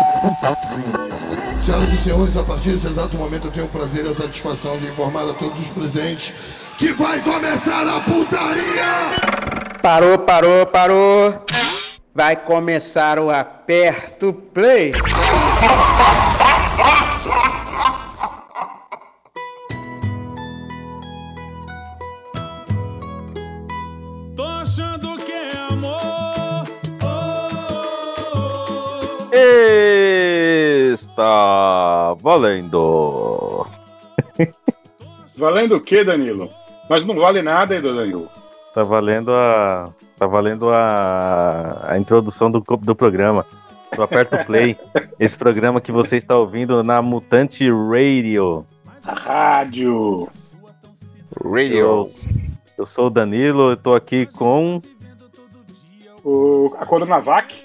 Senhoras e senhores, a partir desse exato momento eu tenho o prazer e a satisfação de informar a todos os presentes que vai começar a putaria! Parou. Vai começar o Aperto Play. Tô achando que é amor. Está valendo. Valendo o quê, Danilo? Mas não vale nada, hein, Danilo? Tá valendo a introdução do programa. Do Aperto Play. Esse programa que você está ouvindo na Mutante Radio. A rádio. Eu sou o Danilo, eu tô aqui com... A Coronavac.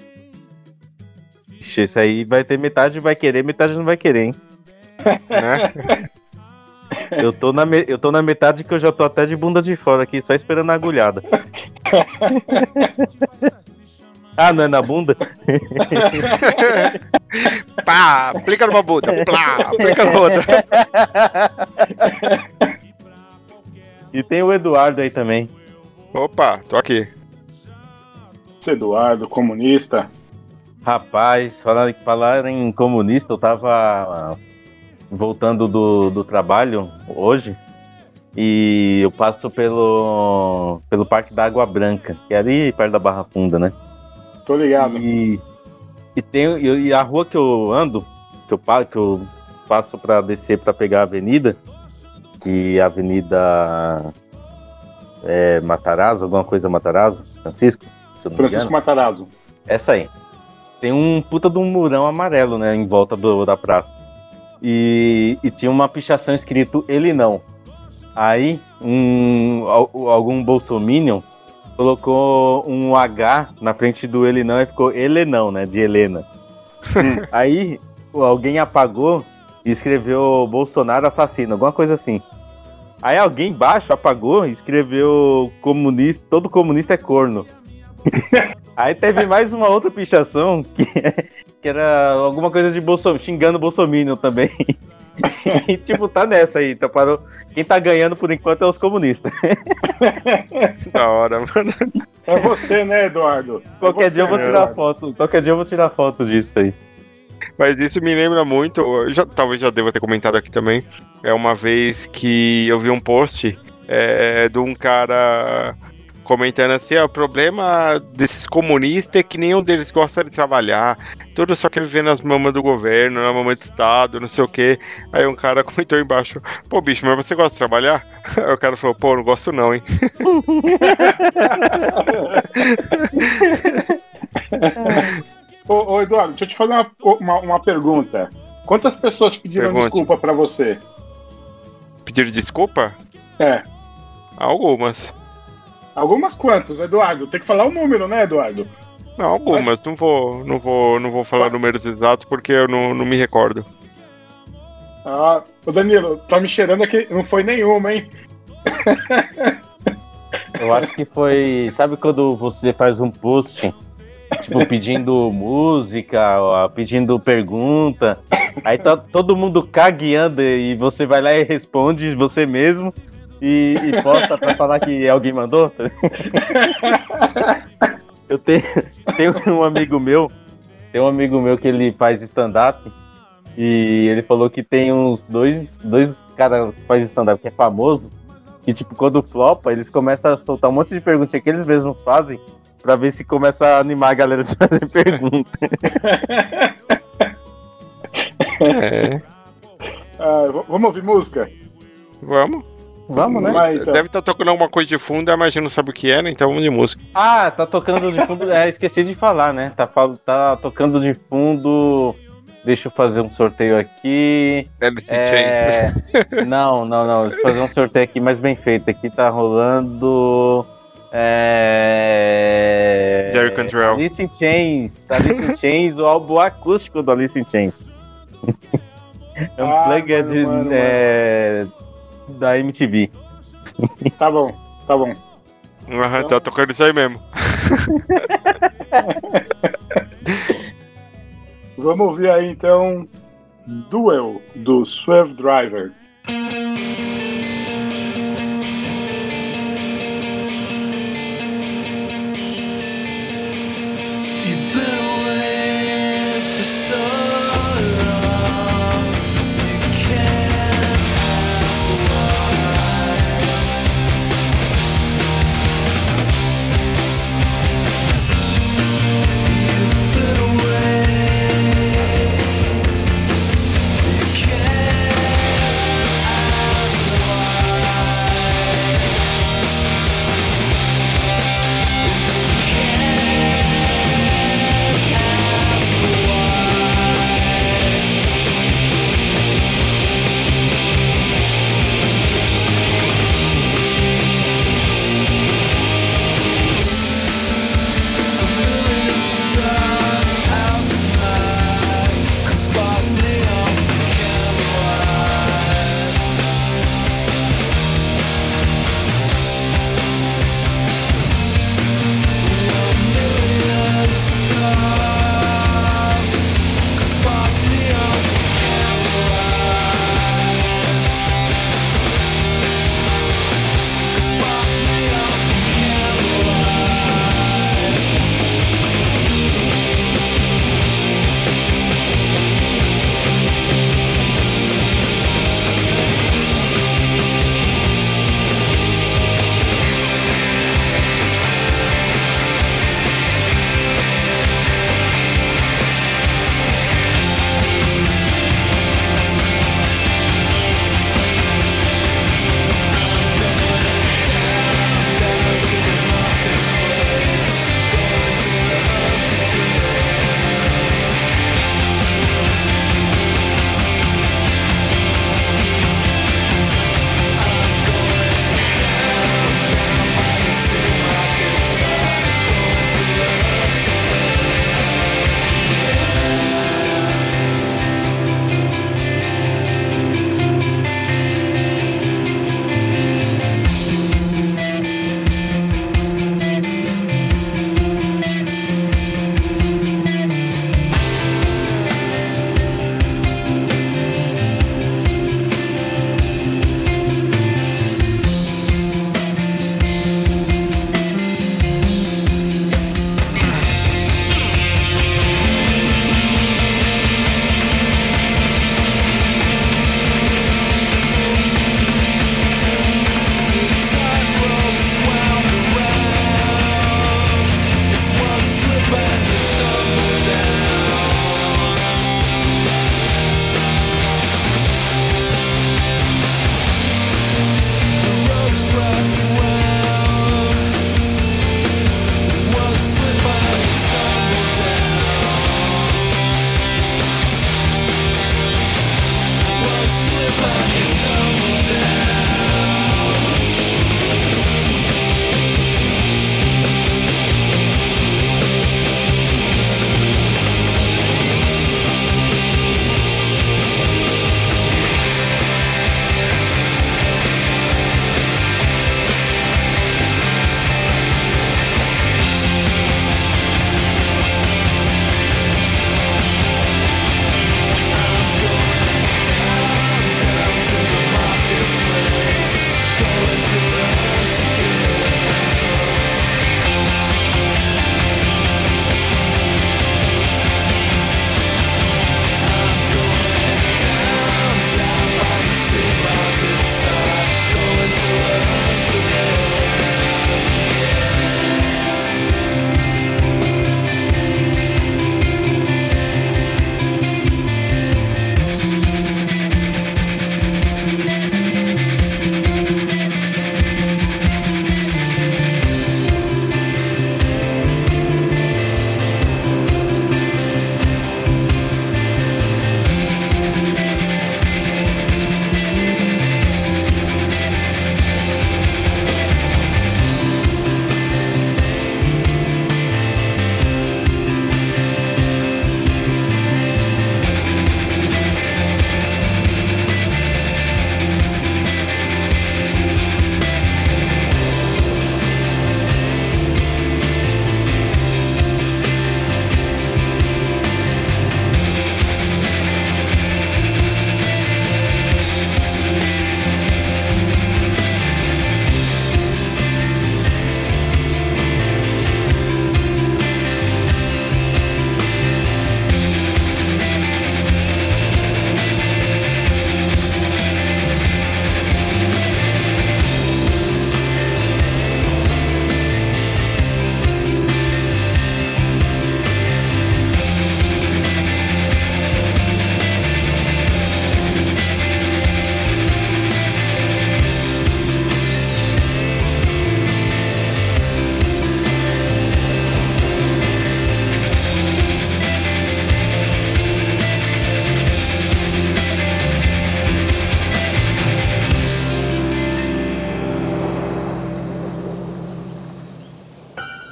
Ixi, esse aí vai ter metade vai querer, metade não vai querer, hein? Né? Eu tô na metade que eu já tô até de bunda de fora aqui, só esperando a agulhada. Ah, não é na bunda? Pá, aplica numa bunda. Plá, aplica na outra. E tem o Eduardo aí também. Opa, tô aqui. Esse Eduardo, comunista. Rapaz, falar em comunista, eu tava voltando do trabalho hoje e eu passo pelo Parque da Água Branca, que é ali perto da Barra Funda, né? Tô ligado. E a rua que eu ando, que eu passo pra descer pra pegar a avenida, que é a Avenida Matarazzo, alguma coisa Matarazzo, Francisco? Se eu não me Francisco engano. Matarazzo. Essa aí. Tem um puta de um murão amarelo, né, em volta da praça. E tinha uma pichação escrito Ele Não. Aí, algum bolsominion colocou um H na frente do Ele Não e ficou Ele Não, né, de Helena. Aí, alguém apagou e escreveu Bolsonaro assassino, alguma coisa assim. Aí alguém embaixo apagou e escreveu comunista, todo comunista é corno. Aí teve mais uma outra pichação que era alguma coisa de Bolsonaro, xingando o Bolsonaro também. E tipo, tá nessa aí, então parou. Quem tá ganhando por enquanto é os comunistas. Da hora, mano. É você, né, Eduardo? Qualquer dia eu vou tirar foto disso aí. Mas isso me lembra muito, talvez já deva ter comentado aqui também. É uma vez que eu vi um post de um cara comentando assim, o problema desses comunistas é que nenhum deles gosta de trabalhar, tudo só quer viver nas mamas do governo, na mama do Estado, não sei o quê. Aí um cara comentou embaixo, pô, bicho, mas você gosta de trabalhar? Aí o cara falou, pô, não gosto não, hein? Ô, Eduardo, deixa eu te fazer uma pergunta. Quantas pessoas pediram desculpa pra você? Pediram desculpa? É. Algumas. Algumas quantas, Eduardo? Tem que falar o número, né, Eduardo? Não, algumas. Mas... Não vou falar números exatos porque eu não me recordo. Ah, ô Danilo, tá me cheirando aqui. Não foi nenhuma, hein? Eu acho que foi... Sabe quando você faz um post, tipo, pedindo música, pedindo pergunta, aí tá todo mundo cagueando e você vai lá e responde você mesmo. E posta pra falar que alguém mandou? Eu tenho um amigo meu que ele faz stand-up e ele falou que tem uns dois caras que fazem stand-up que é famoso e tipo, quando flopa, eles começam a soltar um monte de perguntas que eles mesmos fazem pra ver se começa a animar a galera de fazer pergunta. Vamos ouvir música? Vamos, né? Então. Deve estar tocando alguma coisa de fundo, mas a gente não sabe o que é, né? Então vamos de música. Ah, tá tocando de fundo. Esqueci de falar, né? Tá tocando de fundo. Deixa eu fazer um sorteio aqui. Chains. Não. Deixa eu fazer um sorteio aqui mais bem feito. Aqui tá rolando. Jerry Cantrell. Alice in Chains, o álbum acústico do Alice in Chains. É um plug da MTV. Tá bom. Tá tocando isso aí mesmo. Vamos ouvir aí então Duel do Swerve Driver.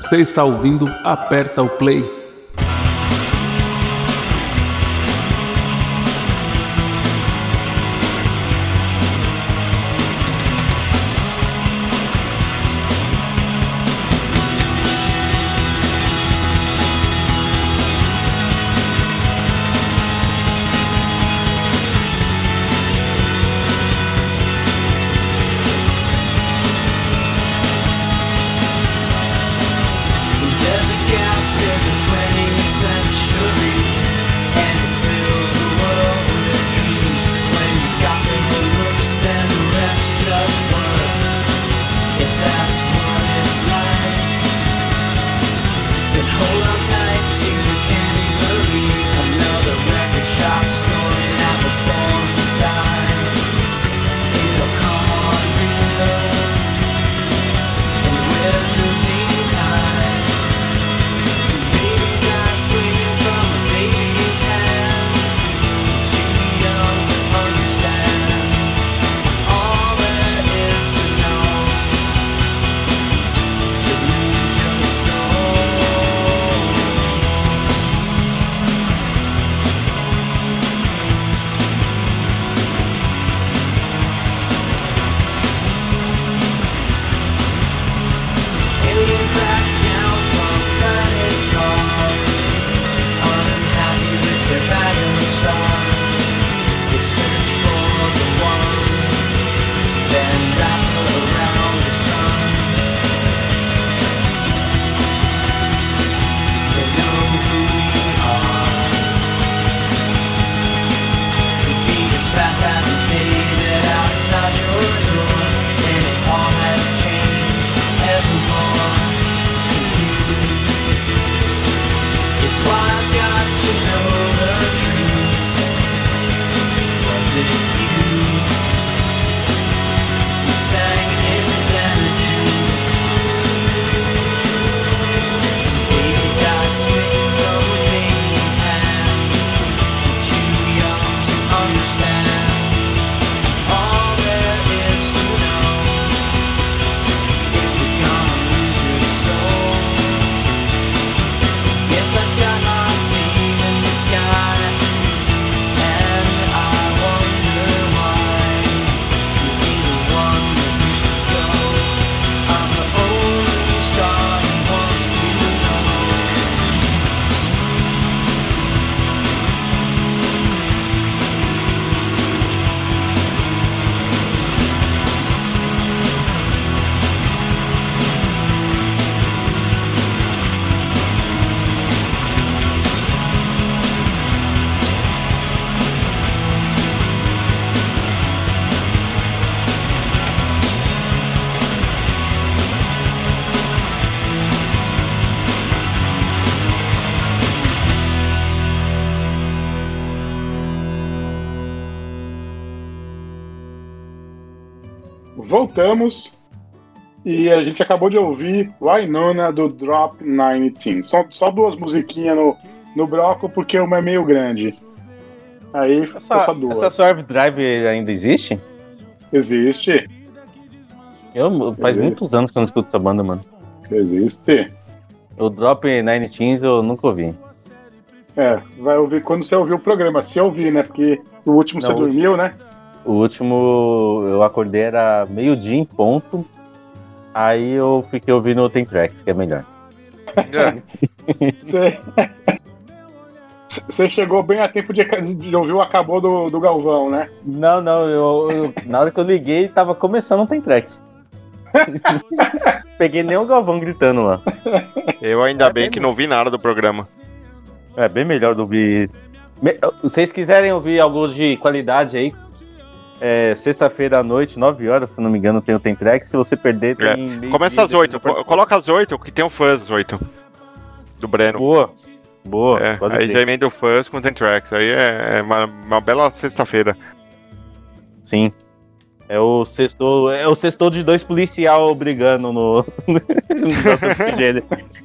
Você está ouvindo Aperta o Play. Voltamos e a gente acabou de ouvir Wynonna do Drop 19. Só duas musiquinhas no bloco porque uma é meio grande. Aí só duas. Essa Swerve Drive ainda existe? Existe. Faz muitos anos que eu não escuto essa banda, mano. Existe. O Drop 19 eu nunca ouvi. Vai ouvir quando você ouvir o programa. Se ouvir, né? Porque o último você dormiu, né? O último eu acordei, era meio-dia em ponto. Aí eu fiquei ouvindo o Tem Tracks, que é melhor. Você chegou bem a tempo de ouvir o Acabou do Galvão, né? Não, na hora que eu liguei, tava começando o Tem Tracks. Peguei nem o Galvão gritando lá. Eu ainda bem que não vi nada do programa. É bem melhor ouvir. Se vocês quiserem ouvir algo de qualidade aí, sexta-feira à noite, 9 horas, se não me engano, tem o Tem Tracks. Se você perder, tem. Começa às 8. Coloca às 8, que tem o Fuzz às 8. Do Breno. Boa. Aí já emenda o Fuzz com o Tem Tracks. Aí é uma bela sexta-feira. Sim. É o sextou de 2 policial brigando no dele.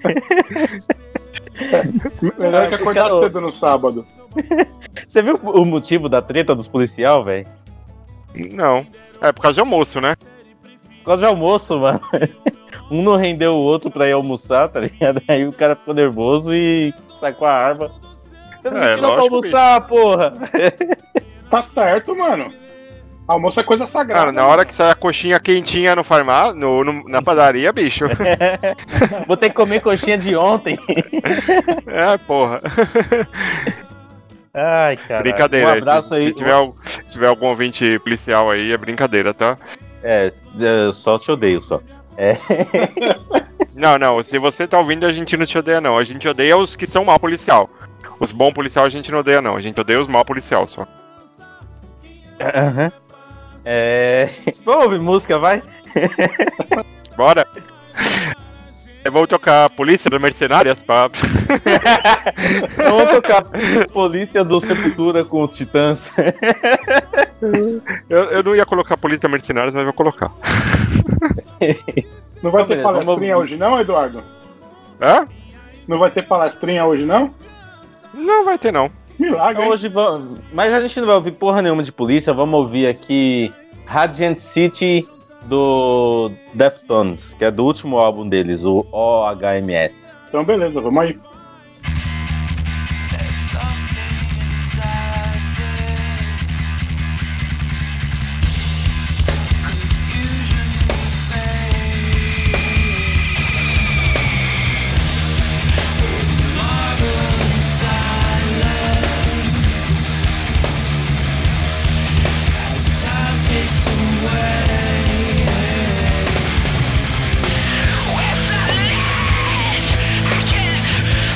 Melhor que acordar cedo no sábado. Você viu o motivo da treta dos policial, velho? Não. É por causa de almoço, né? Por causa de almoço, mano. um não rendeu o outro pra ir almoçar, tá ligado? Aí o cara ficou nervoso e sacou a arma. Você não me tirou pra almoçar, porra! Tá certo, mano. Almoço é coisa sagrada. Cara, na hora que sai a coxinha quentinha na padaria, bicho. Vou ter que comer coxinha de ontem. É, porra. Ai, cara. Brincadeira. Um abraço aí. Se tiver algum ouvinte policial aí, é brincadeira, tá? Só te odeio, só. Não, se você tá ouvindo, a gente não te odeia, não. A gente odeia os que são mal policial. Os bons policial a gente não odeia, não. A gente odeia os mal policial, só. Aham. Vamos ouvir música, vai? Bora! Vamos tocar Polícia das Mercenárias, papo. Vamos tocar Polícia do Sepultura com os Titãs. Eu não ia colocar Polícia Mercenárias, mas vou colocar. Não vai ter palestrinha hoje não, Eduardo? Hã? Não vai ter palestrinha hoje não? Não vai ter, não. Milagre, hein? Hoje vamos... Mas a gente não vai ouvir porra nenhuma de polícia. Vamos ouvir aqui Radiant City do Deftones, que é do último álbum deles, o OHMS. Então beleza, vamos aí. With the light, I can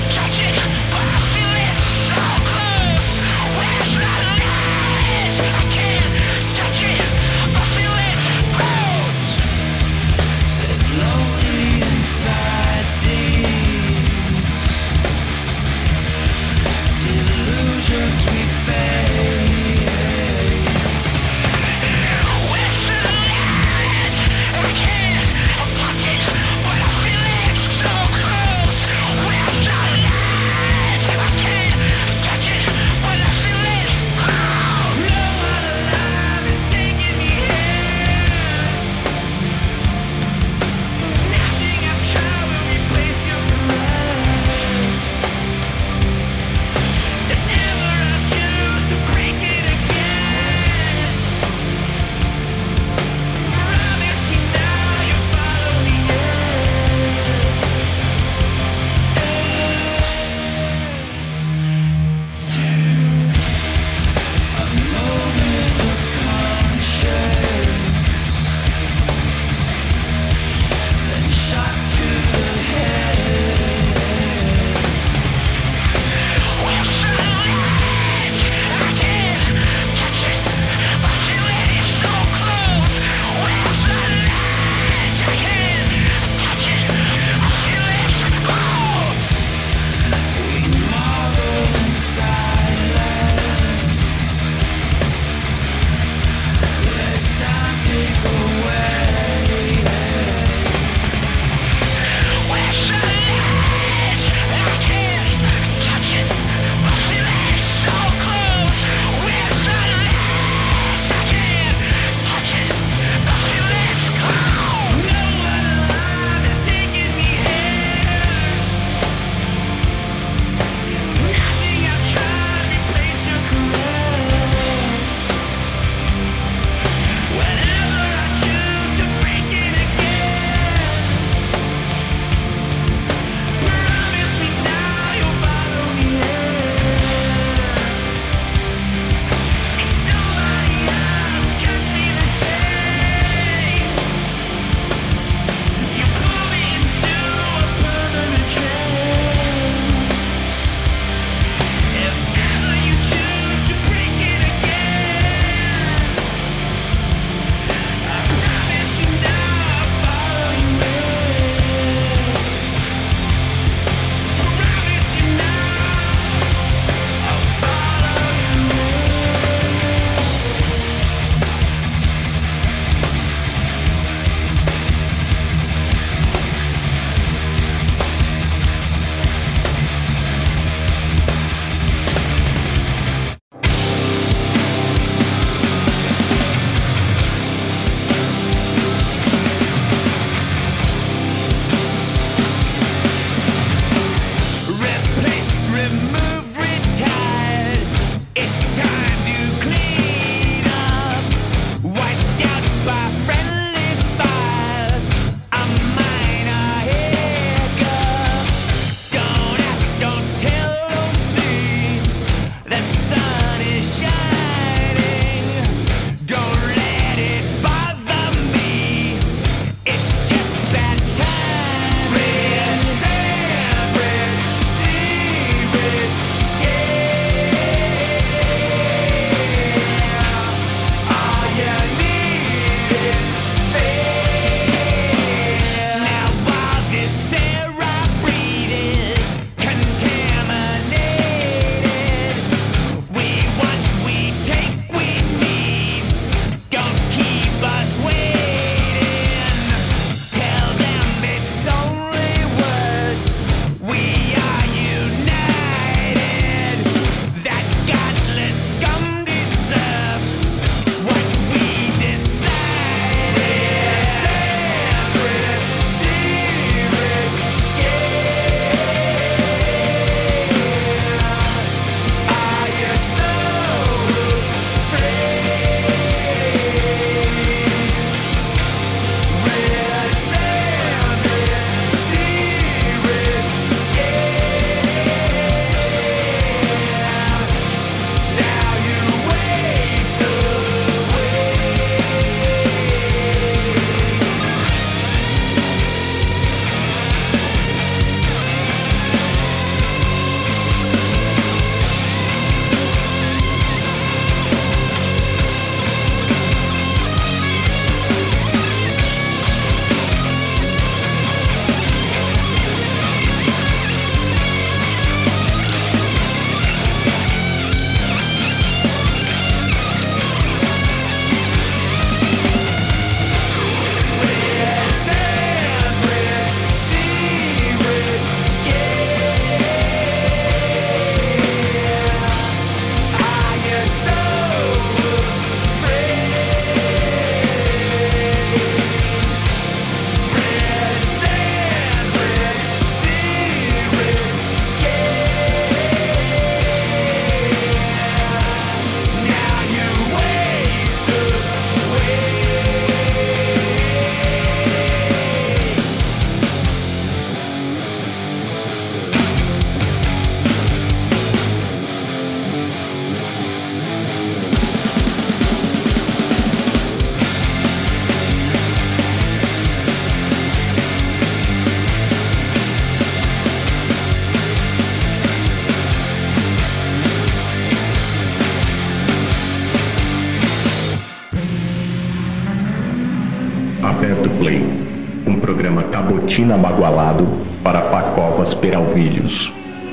Aperta o Play, um programa cabotina bagualado para pacovas peralvilhos.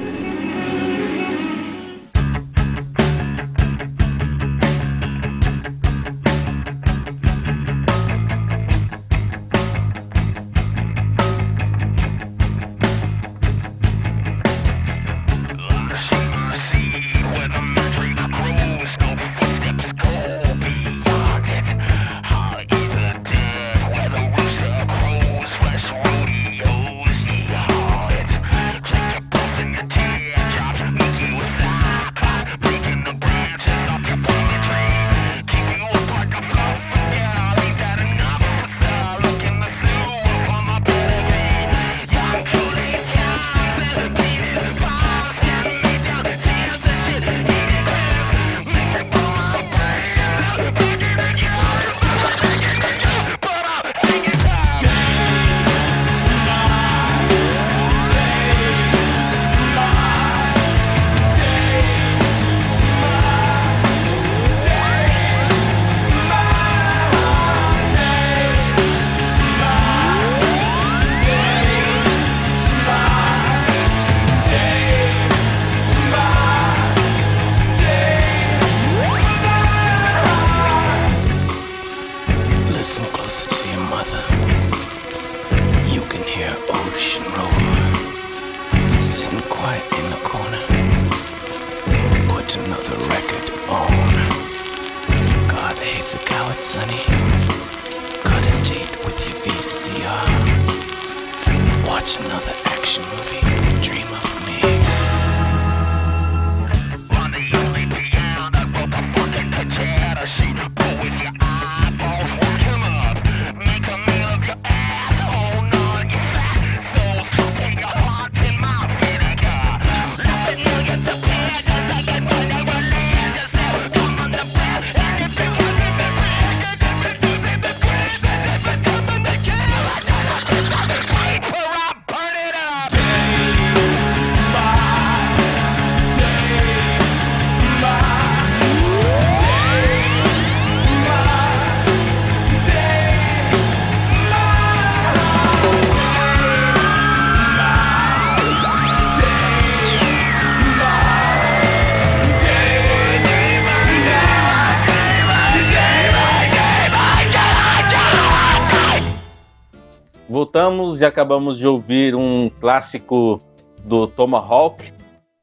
Voltamos e acabamos de ouvir um clássico do Tomahawk,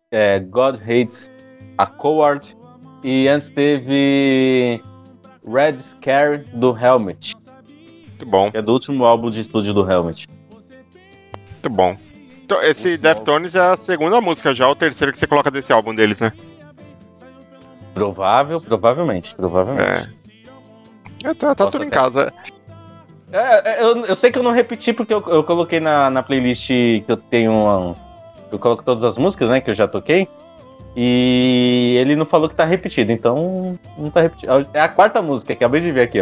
God Hates a Coward, e antes teve Red Scare do Helmet. Muito bom. Que é do último álbum de estúdio do Helmet. Muito bom. Então, esse Deftones é a segunda música já, o terceiro que você coloca desse álbum deles, né? Provavelmente. Tá tudo em casa. Eu sei que eu não repeti porque eu coloquei na playlist que eu tenho. Eu coloco todas as músicas, né, que eu já toquei. E ele não falou que tá repetido, então não tá repetido. É a quarta música, acabei de ver aqui, ó.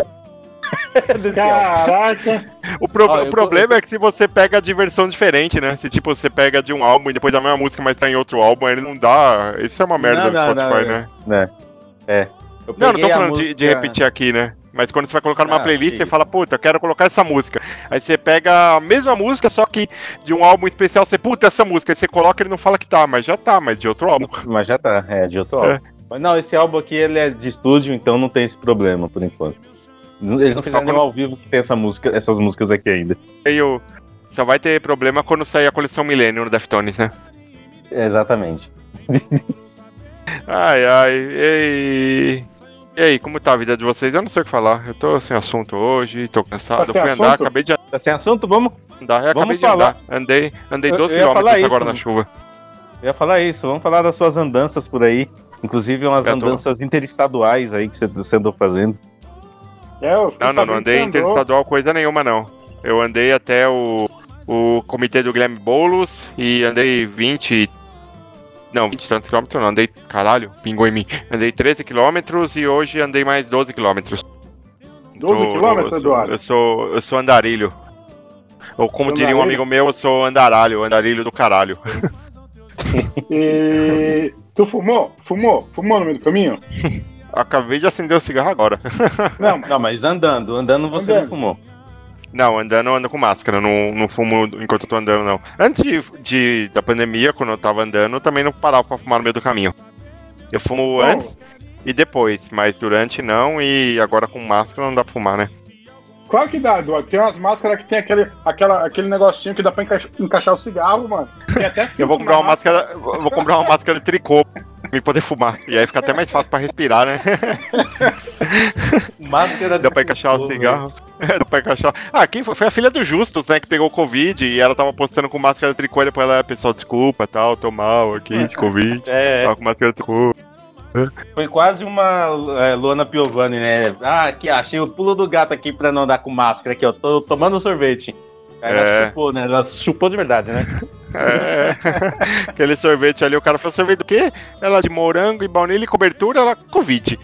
Caraca! O problema é que se você pega de versão diferente, né? Se tipo, você pega de um álbum e depois da mesma música, mas tá em outro álbum, ele não dá. Isso é uma merda do Spotify, né? Não tô falando de repetir aqui, né? Mas quando você vai colocar numa playlist, você fala, puta, eu quero colocar essa música. Aí você pega a mesma música, só que de um álbum especial, você, puta, essa música. Aí você coloca e ele não fala que tá, mas já tá, mas de outro álbum. Mas já tá, de outro álbum. Mas não, esse álbum aqui, ele é de estúdio, então não tem esse problema, por enquanto. Eles não fizeram nenhum ao vivo que tem essas músicas aqui ainda. Só vai ter problema quando sair a coleção Millennium no Deftones, né? Exatamente. E aí, como tá a vida de vocês? Eu não sei o que falar. Eu tô sem assunto hoje, tô cansado. Tá sem assunto? Acabei de andar. Tá sem assunto? Vamos Acabei vamos de falar. andar. Andei 12 quilômetros agora na chuva. Eu ia falar isso, vamos falar das suas andanças por aí. Inclusive umas andanças interestaduais aí que você andou fazendo. Não andei interestadual coisa nenhuma, não. Eu andei até o comitê do Guilherme Boulos e andei 20 e tantos quilômetros, não, andei, caralho, pingou em mim. Andei 13 quilômetros e hoje andei mais 12 quilômetros. 12 quilômetros, Eduardo? Eu sou andarilho. Ou como diria um amigo meu, eu sou andarilho do caralho. E tu fumou? Fumou no meio do caminho? Acabei de acender o cigarro agora. Não, mas andando você não fumou. Não, andando eu ando com máscara, não fumo enquanto eu tô andando, não. Antes da pandemia, quando eu tava andando, eu também não parava pra fumar no meio do caminho. Eu fumo antes e depois, mas durante não, e agora com máscara não dá pra fumar, né? Claro que dá, Eduardo. Tem umas máscaras que tem aquele negocinho que dá pra encaixar o cigarro, mano. Tem até eu vou comprar uma máscara de tricô pra me poder fumar. E aí fica até mais fácil pra respirar, né? Máscara de dá pra encaixar o cigarro. Dá pra encaixar. Ah, quem foi a filha do Justus, né? Que pegou Covid e ela tava postando com máscara de tricô e depois ela, pessoal, desculpa, tal, tô mal aqui de Covid. Tava com máscara de tricô. Foi quase uma Luana Piovani, né? Ah, aqui, achei o pulo do gato aqui pra não andar com máscara aqui, ó. Tô tomando sorvete. Aí ela chupou, né? Ela chupou de verdade, né? Aquele sorvete ali, o cara falou, sorvete do quê? Ela de morango e baunilha e cobertura, ela Covid.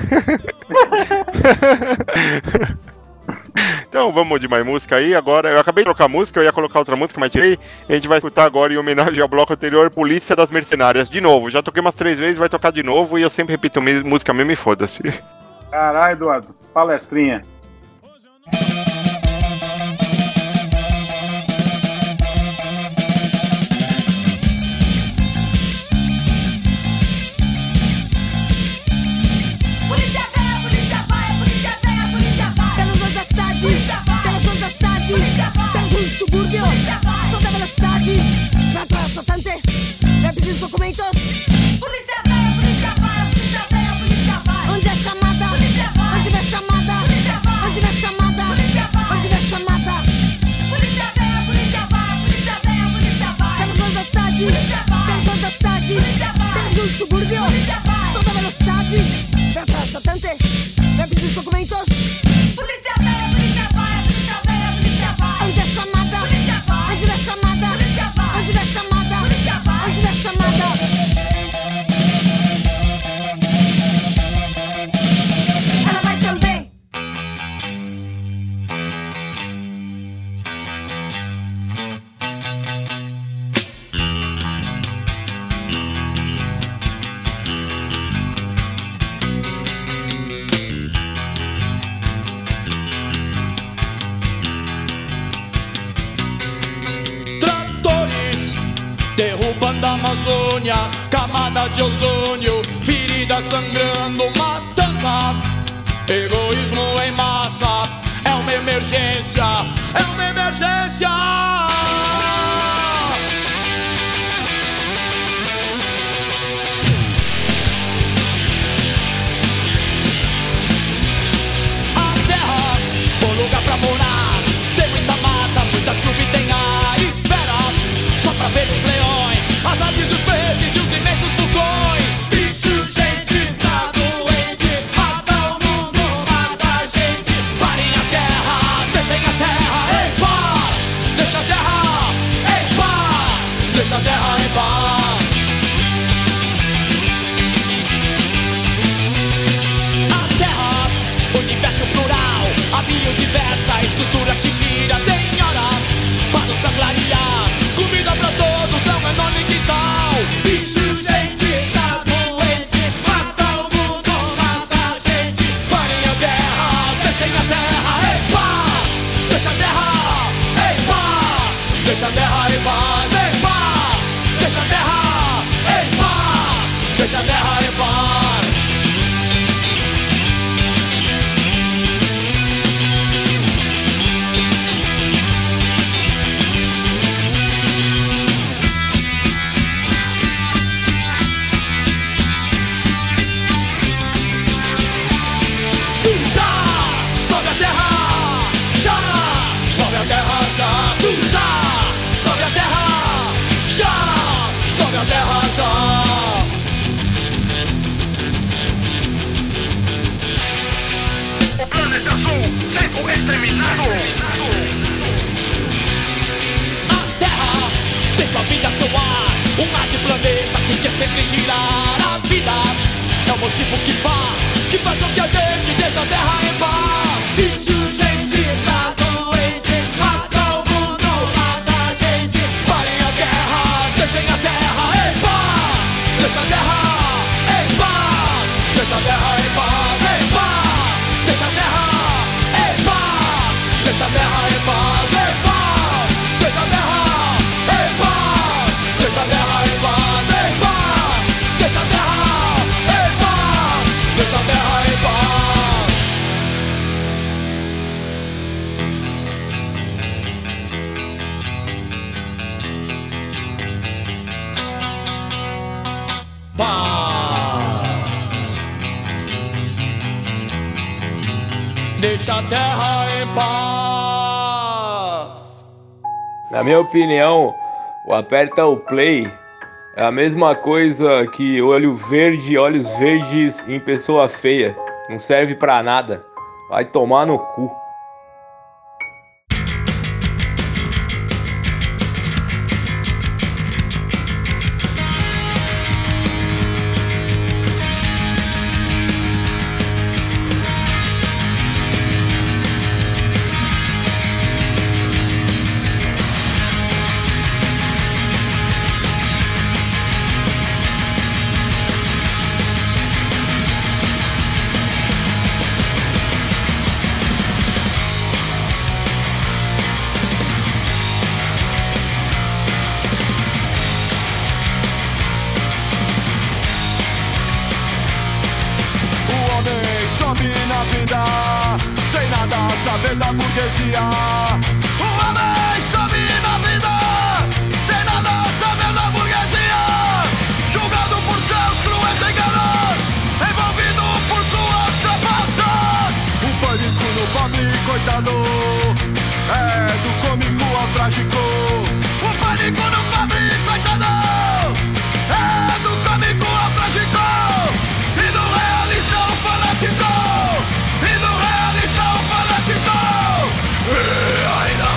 Então vamos de mais música aí. Agora, eu acabei de trocar música, eu ia colocar outra música, mas tirei. A gente vai escutar agora, em homenagem ao bloco anterior, Polícia das Mercenárias. De novo, já toquei umas 3 vezes, vai tocar de novo. E eu sempre repito música mesmo e foda-se. Caralho, Eduardo, palestrinha. Toda velocidade, na praça tante, é preciso documentos. Polícia vai, polícia vai, polícia vai, polícia vai. Onde é chamada? Polícia vai. Onde vem chamada? Polícia vai. Onde vem chamada? Polícia vai. Onde vem chamada? Polícia vai, polícia vai, polícia vai, polícia vai. Temos zonas da cidade, temos zonas da cidade, temos um subúrbio. Toda velocidade, na praça tante, é preciso documentos. Polícia vai, polícia vai, polícia vai, polícia vai. Onde é chamada? Onde vem chamada? Onde vem chamada? Onde vem chamada? Ela vai também. Derrubando a Amazônia, camada de ozônio, feridas sangrando, matança, egoísmo em massa, é uma emergência, é uma emergência. A terra, bom lugar pra morar, tem muita mata, muita chuva e tem a esfera, só pra ver os leões, as aves, os peixes e os imensos vulcões. Bicho, gente, está doente, mata o mundo, mata a gente. Parem as guerras, deixem a terra em paz. Deixa a terra em paz. Deixa a terra em paz. A terra, universo plural, a biodiversa estrutura que gira, tem hora para nos clarear. Comida pra todos, é um enorme quintal. Bicho, gente, está doente, mata o mundo, mata a gente. Parem as guerras, deixem a terra em paz. Deixa a terra em paz. Deixa a terra em paz, em paz. Deixa a terra em paz. Deixa a terra em paz. Sobe a terra já. O planeta azul sendo exterminado. A terra tem sua vida, seu ar, um ar de planeta que quer sempre girar. A vida é o motivo que faz com que a gente deixe a terra em paz. Isso, gente, está doente, mata o mundo, mata a gente. Parem as guerras, deixem a terra em paz. Deixa a terra em paz. Deixa a terra em paz, em paz. Deixa a terra em paz. Deixa a terra em paz. deixa a terra em paz. Na minha opinião, o aperta o play é a mesma coisa que olho verde, olhos verdes em pessoa feia. Não serve pra nada. Vai tomar no cu. Sem nada saber da burguesia. O homem sobe na vida, sem nada saber da burguesia. Julgado por seus cruéis enganos, envolvido por suas trapaças. O pânico no pobre coitado é do cômico ao trágico. O pânico no pobre coitado é do cômico ao trágico. E do realista ao fanático. E do realista ao fanático. E ainda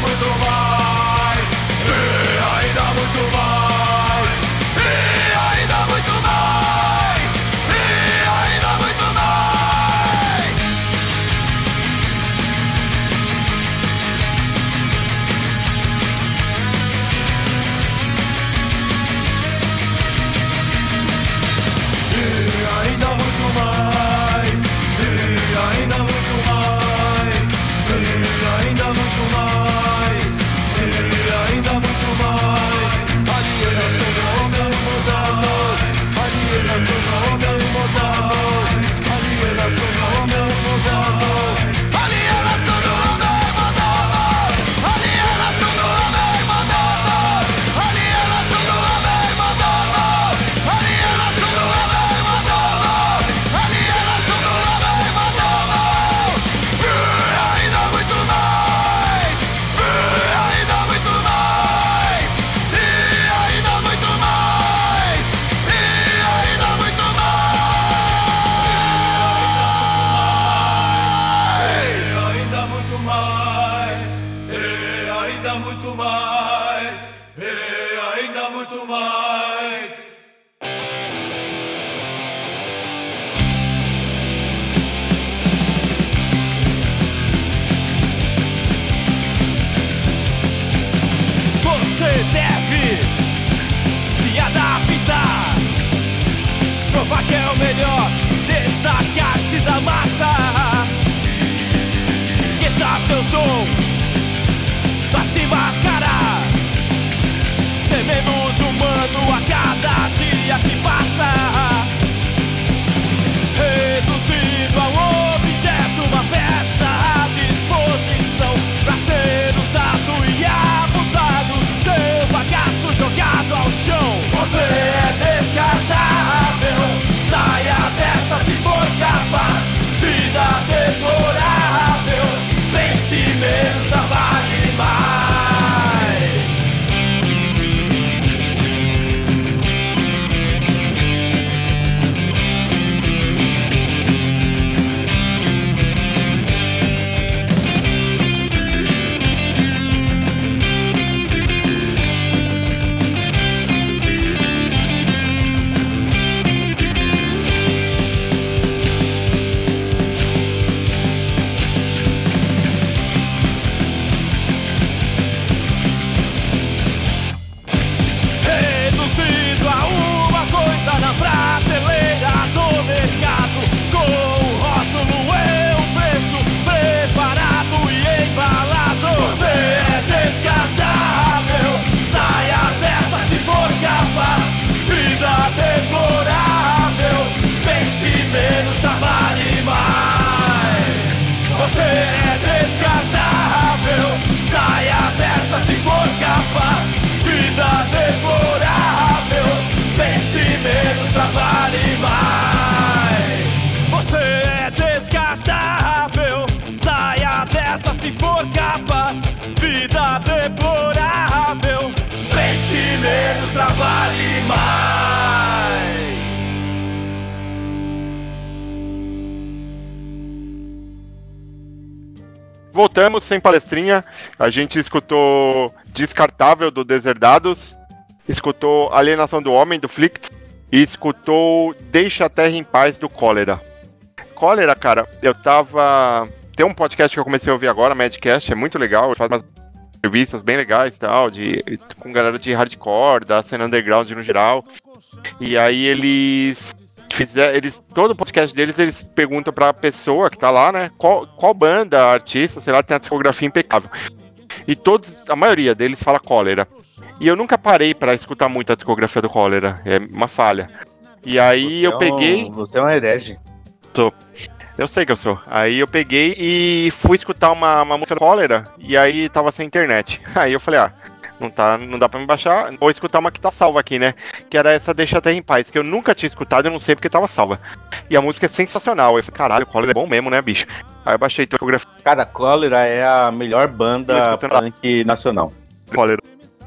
voltamos sem palestrinha. A gente escutou Descartável do Deserdados, escutou Alienação do Homem do Flict e escutou Deixa a Terra em Paz do Cólera. Cólera, cara, eu tava... Tem um podcast que eu comecei a ouvir agora, Madcast, é muito legal, faz umas entrevistas bem legais e tal, com galera de hardcore, da cena underground no geral. E aí todo o podcast deles, eles perguntam pra pessoa que tá lá, né, qual banda, artista, sei lá, tem a discografia impecável. E a maioria deles fala Cólera. E eu nunca parei pra escutar muito a discografia do Cólera, é uma falha. E aí Você é um herege. Eu sei que eu sou. Aí eu peguei e fui escutar uma música do Cólera, e aí tava sem internet. Aí eu falei, não dá pra me baixar, vou escutar uma que tá salva aqui, né? Que era essa Deixa a Terra em Paz, que eu nunca tinha escutado, eu não sei porque tava salva. E a música é sensacional. Eu falei, caralho, o Cólera é bom mesmo, né, bicho? Aí eu baixei a discografia. Cara, Cólera é a melhor banda punk nacional. Cólera.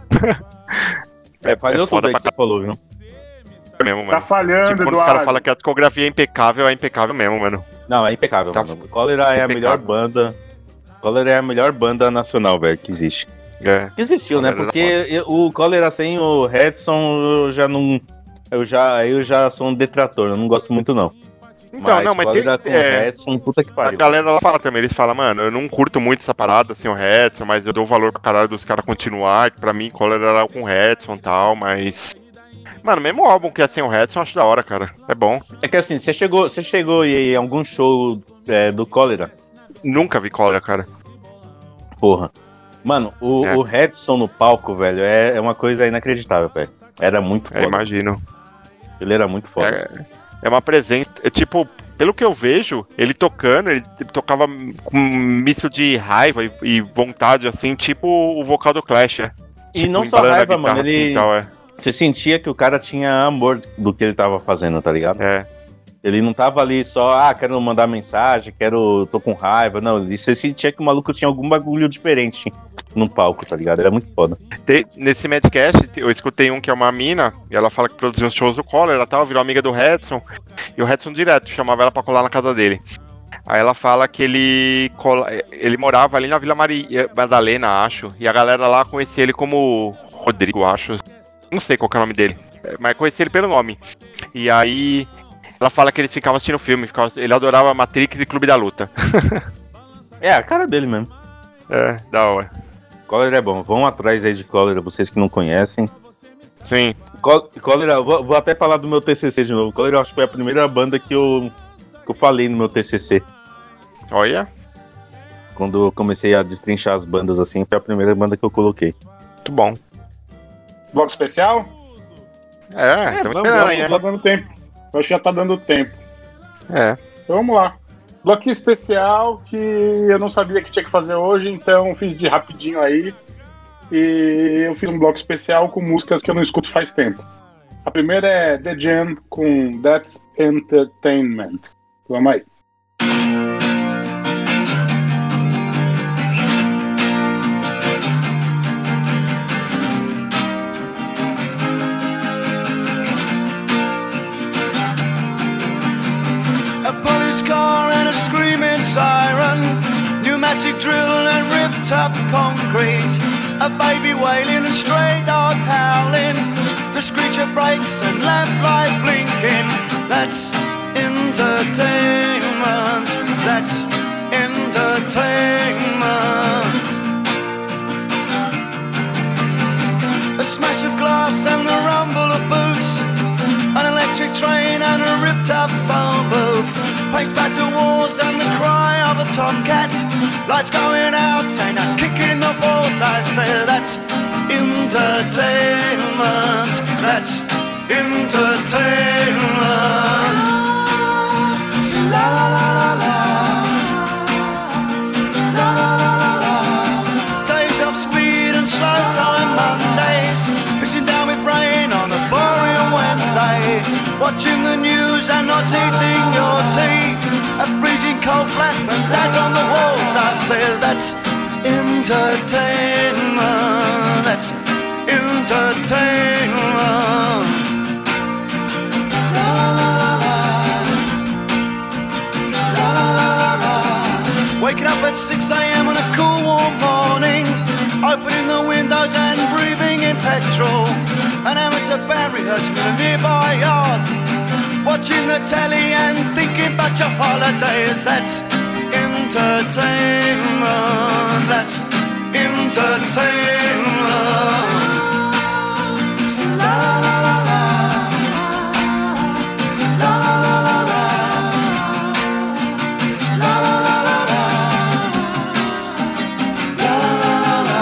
Falhou tudo aí que você falou, viu? É mesmo, mano. Tá falhando, tipo, quando os caras falam que a discografia é impecável mesmo, mano. Não, é impecável, mano. Cólera é a melhor banda. Cólera é a melhor banda nacional, velho, que existe. Que existiu, né? Porque o Cólera sem o Redson, eu já não. Eu já sou um detrator, eu não gosto muito, não. Então, mas Cólera com o Redson, puta que pariu. A galera lá fala também, eles falam, mano, eu não curto muito essa parada sem o Redson, mas eu dou valor pro caralho dos caras continuar, que pra mim Cólera era com o Redson e tal, mas... Mano, mesmo o álbum que é sem o Redson, eu acho da hora, cara. É bom. É que assim, você chegou em algum show do Cólera? Nunca vi Cólera, cara. Porra. Mano, o Redson no palco, velho, é uma coisa inacreditável, velho. Era muito foda. Imagino. Ele era muito foda. É uma presença, tipo, pelo que eu vejo, ele tocando, ele tocava com um misto de raiva e vontade, assim, tipo o vocal do Clash, né? E tipo, não só raiva, mano, ele... Tal, Você sentia que o cara tinha amor do que ele tava fazendo, tá ligado? Ele não tava ali só, quero mandar mensagem, tô com raiva. Não, você sentia que o maluco tinha algum bagulho diferente no palco, tá ligado? Era muito foda. Nesse Madcast, eu escutei um que é uma mina, e ela fala que produziu uns shows do Cólera e tal, virou amiga do Redson, e o Redson direto chamava ela pra colar na casa dele. Aí ela fala que ele morava ali na Vila Madalena, acho, e a galera lá conhecia ele como Rodrigo, acho. Não sei qual que é o nome dele, mas conheci ele pelo nome. E aí ela fala que eles ficavam assistindo filme, ele adorava Matrix e Clube da Luta. É a cara dele mesmo. Da hora. Cólera é bom, vão atrás aí de Cólera, vocês que não conhecem. Sim. Cólera, vou até falar do meu TCC de novo. Cólera, acho que foi a primeira banda que eu falei no meu TCC. Olha. Quando eu comecei a destrinchar as bandas assim, foi a primeira banda que eu coloquei. Muito bom. Bloco especial? Estamos esperando aí, né? Tá dando tempo. Eu acho que já tá dando tempo. Então vamos lá. Bloquinho especial que eu não sabia que tinha que fazer hoje, então fiz de rapidinho aí. E eu fiz um bloco especial com músicas que eu não escuto faz tempo. A primeira é The Jam com That's Entertainment. Vamos aí. Pneumatic drill and ripped up concrete. A baby wailing and stray dog howling. The screech of brakes and lamplight blinking. That's entertainment. That's entertainment. A smash of glass and the rumble of boots. An electric train and a ripped up phone booth. Pace battle wars and the cry of a tomcat. Lights going out and a kick in the balls. I say that's entertainment. That's entertainment. La la la la la. La la la la la. Days of speed and slow time Mondays. Pissing down with rain on a boring Wednesday. Watching the news and not eating your tea. A freezing cold flat and that's on the walls. I say that's entertainment. That's entertainment. La la la la. La la la la. Wake Waking up at 6 a.m. on a cool warm morning, opening the windows and breathing in petrol. An amateur band rehearsing in a nearby yard, watching the telly and thinking about your holidays. That's entertainment. That's entertainment. La la la la, la la la la la, la la la la la, la la la la.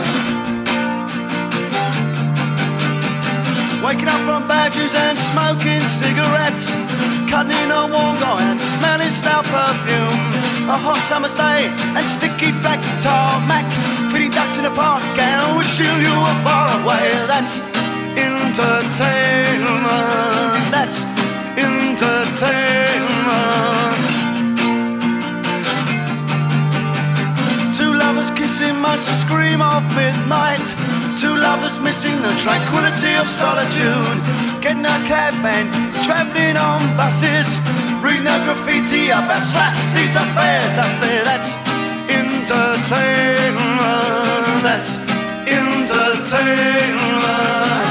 Waking up from badges and smoking cigarettes, cutting a warm and smelling stale perfume. A hot summer's day and sticky black tarmac, feeding ducks in the park and wishing you were far away. That's entertainment. That's entertainment. Two lovers kissing months a scream of midnight. Two lovers missing the tranquility of solitude. Getting a cab and travelling on buses, reading a graffiti about slash seat affairs. I say that's entertainment. That's entertainment.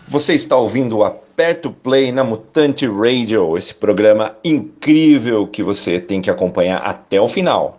Você está ouvindo o Aperta o Play na Mutante Radio, esse programa incrível que você tem que acompanhar até o final.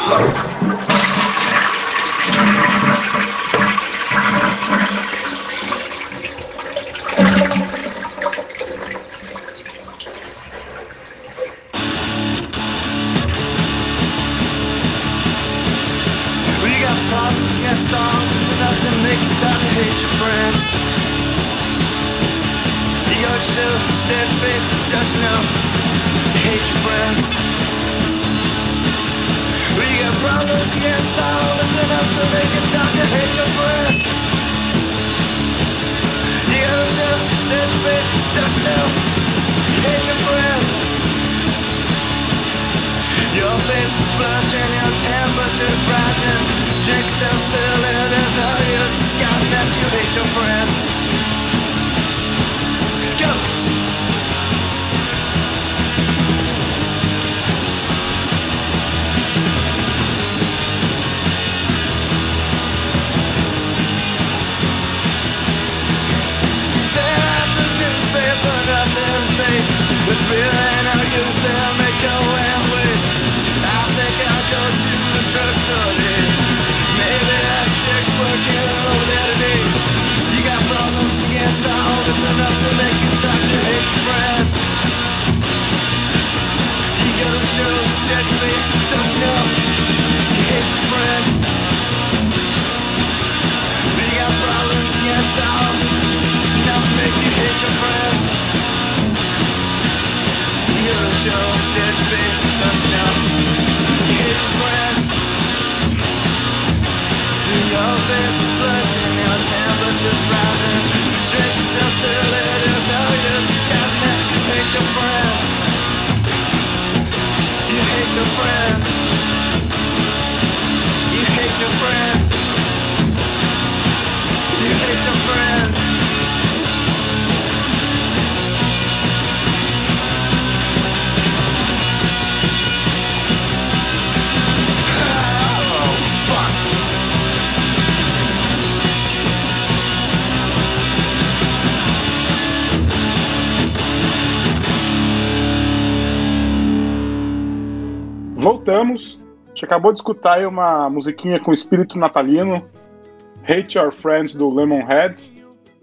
Voltamos. A gente acabou de escutar aí uma musiquinha com espírito natalino, Hate Your Friends, do Lemonheads.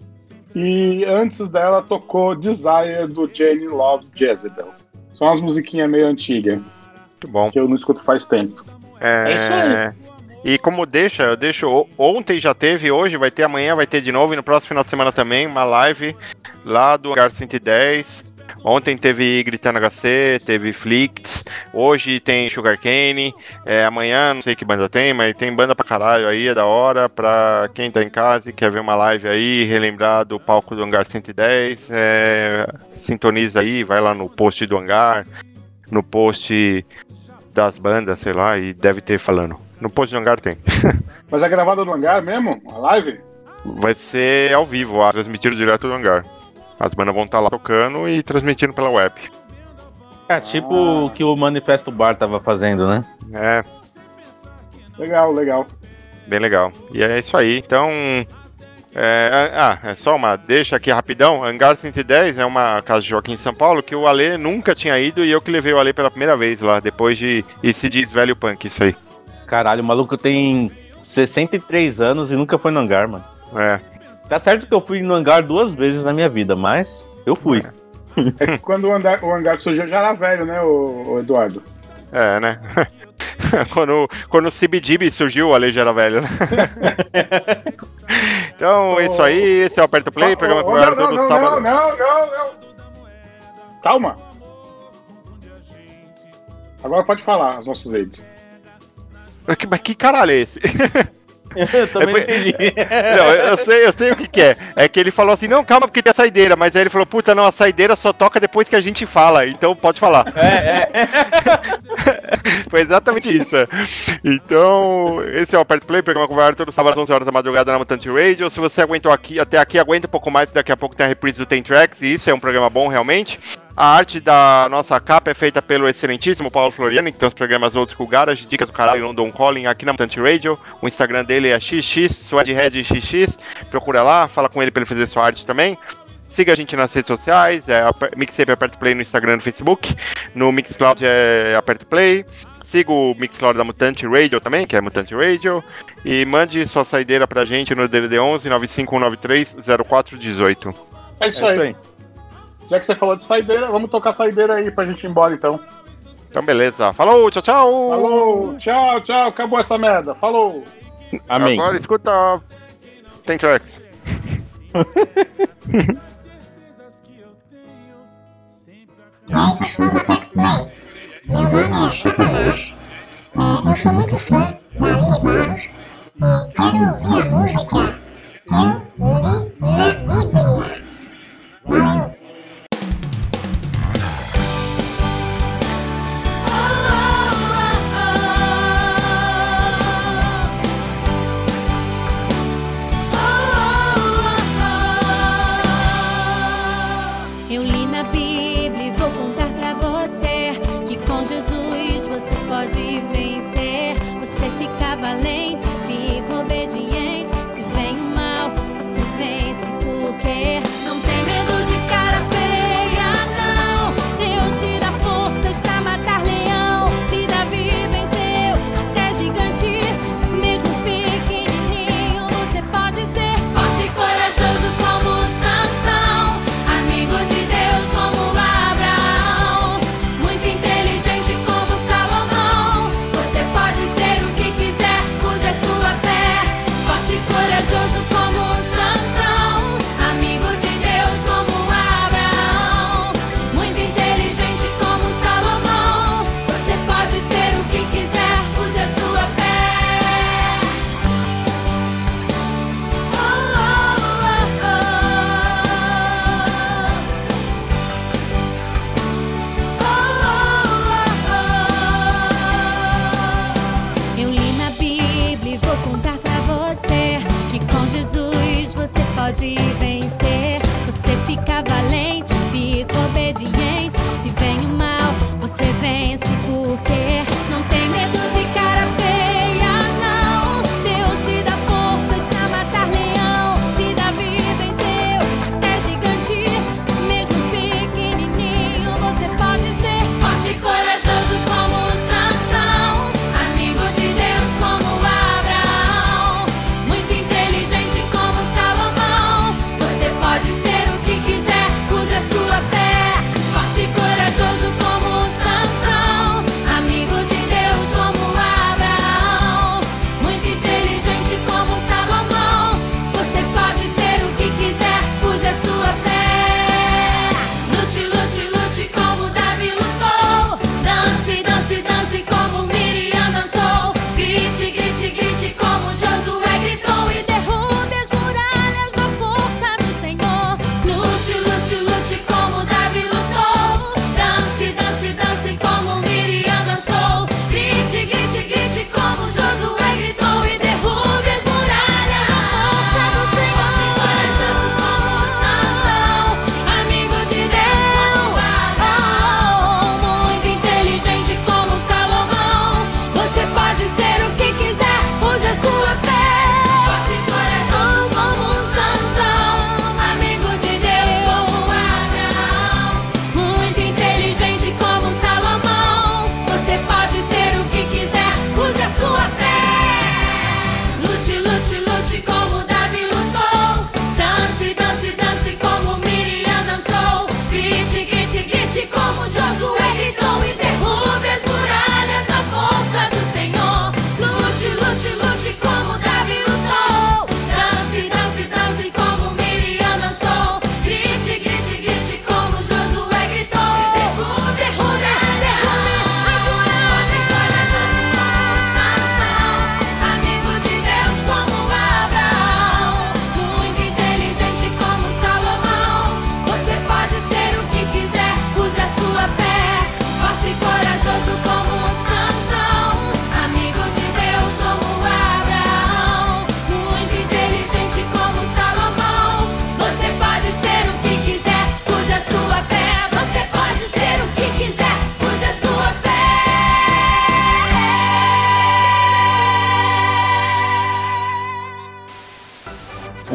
E antes dela tocou Desire, do Jane Loves Jezebel. São umas musiquinhas meio antigas. Muito bom. Que eu não escuto faz tempo. É isso aí. E como eu deixo, ontem já teve, hoje vai ter, amanhã vai ter de novo, e no próximo final de semana também, uma live lá do Hangar 110. Ontem teve Gritando HC, teve Flicts, hoje tem Sugarcane, amanhã não sei que banda tem, mas tem banda pra caralho aí, é da hora, pra quem tá em casa e quer ver uma live aí, relembrar do palco do Hangar 110, sintoniza aí, vai lá no post do Hangar, no post das bandas, sei lá, e deve ter falando. No post do Hangar tem. Mas é gravada no Hangar mesmo? A live? Vai ser ao vivo, transmitido direto do Hangar. As bandas vão estar lá tocando e transmitindo pela web. Tipo o que o Manifesto Bar tava fazendo, né? Legal, legal. Bem legal. E é isso aí. Então, é só uma deixa aqui rapidão. Hangar 110 é uma casa de show aqui em São Paulo que o Ale nunca tinha ido e eu que levei o Ale pela primeira vez lá, depois de E se diz velho punk, isso aí. Caralho, o maluco tem 63 anos e nunca foi no Hangar, mano. Tá certo que eu fui no Hangar 2 vezes na minha vida, mas eu fui. Quando o Hangar surgiu já era velho, né, o Eduardo? Né? Quando o CBGB surgiu, o Ale já era velho, né? Então, é isso aí. Esse é o Aperta Play, programa que vai ao ar todo sábado. Não. Calma. Agora pode falar as nossas redes. Mas que caralho é esse? Eu também não entendi. Não, eu sei o que é. É que ele falou assim, não, calma, porque tem a saideira. Mas aí ele falou, puta, não, a saideira só toca depois que a gente fala. Então pode falar. Foi exatamente isso. Então, esse é o Aperta Play, programa que vai ao ar todo sábado às 11 horas da madrugada na Mutante Radio. Se você aguentou até aqui, aguenta um pouco mais. Daqui a pouco tem a reprise do Ten Tracks. E isso é um programa bom, realmente. A arte da nossa capa é feita pelo excelentíssimo Paulo Floriani, que tem os programas Old School Garage, Dicas do Caralho e London Calling aqui na Mutante Radio. O Instagram dele é XX, SwedRedXX. Procura lá, fala com ele pra ele fazer sua arte também. Siga a gente nas redes sociais, Mixtape Aperto Play no Instagram e no Facebook. No Mixcloud é Aperto Play. Siga o Mixcloud da Mutante Radio também, que é Mutante Radio. E mande sua saideira pra gente no DDD 11 95193 0418. É isso aí. Já que você falou de saideira, vamos tocar saideira aí pra gente ir embora, então. Então, beleza. Falou, tchau, tchau. Falou, tchau, tchau. Acabou essa merda. Falou. Amém. Agora escuta... Tem tracks. Meu nome é Chocolate. Eu sou muito fã da Aline Barros e quero ouvir a música Eu Uri na Bíblia. Valeu! Eu li na Bíblia e vou contar pra você que com Jesus você pode vencer. Você fica valente, fica obediente. Se vem o mal, você vence porque não tem medo de cara feia, não. Deus te dá forças pra matar leão. Se Davi venceu até gigante, mesmo pequenininho, você pode ser forte e corajoso como Sansão, amigo de Deus como Abraão, muito inteligente como Salomão. Você pode ser o que quiser, use a sua fé. Forte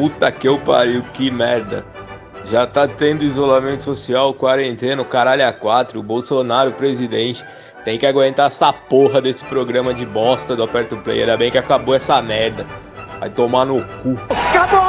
Puta que eu pariu, que merda. Já tá tendo isolamento social, quarentena, o caralho a 4, o Bolsonaro presidente. Tem que aguentar essa porra desse programa de bosta do Aperta o Play. Ainda bem que acabou essa merda. Vai tomar no cu. Acabou!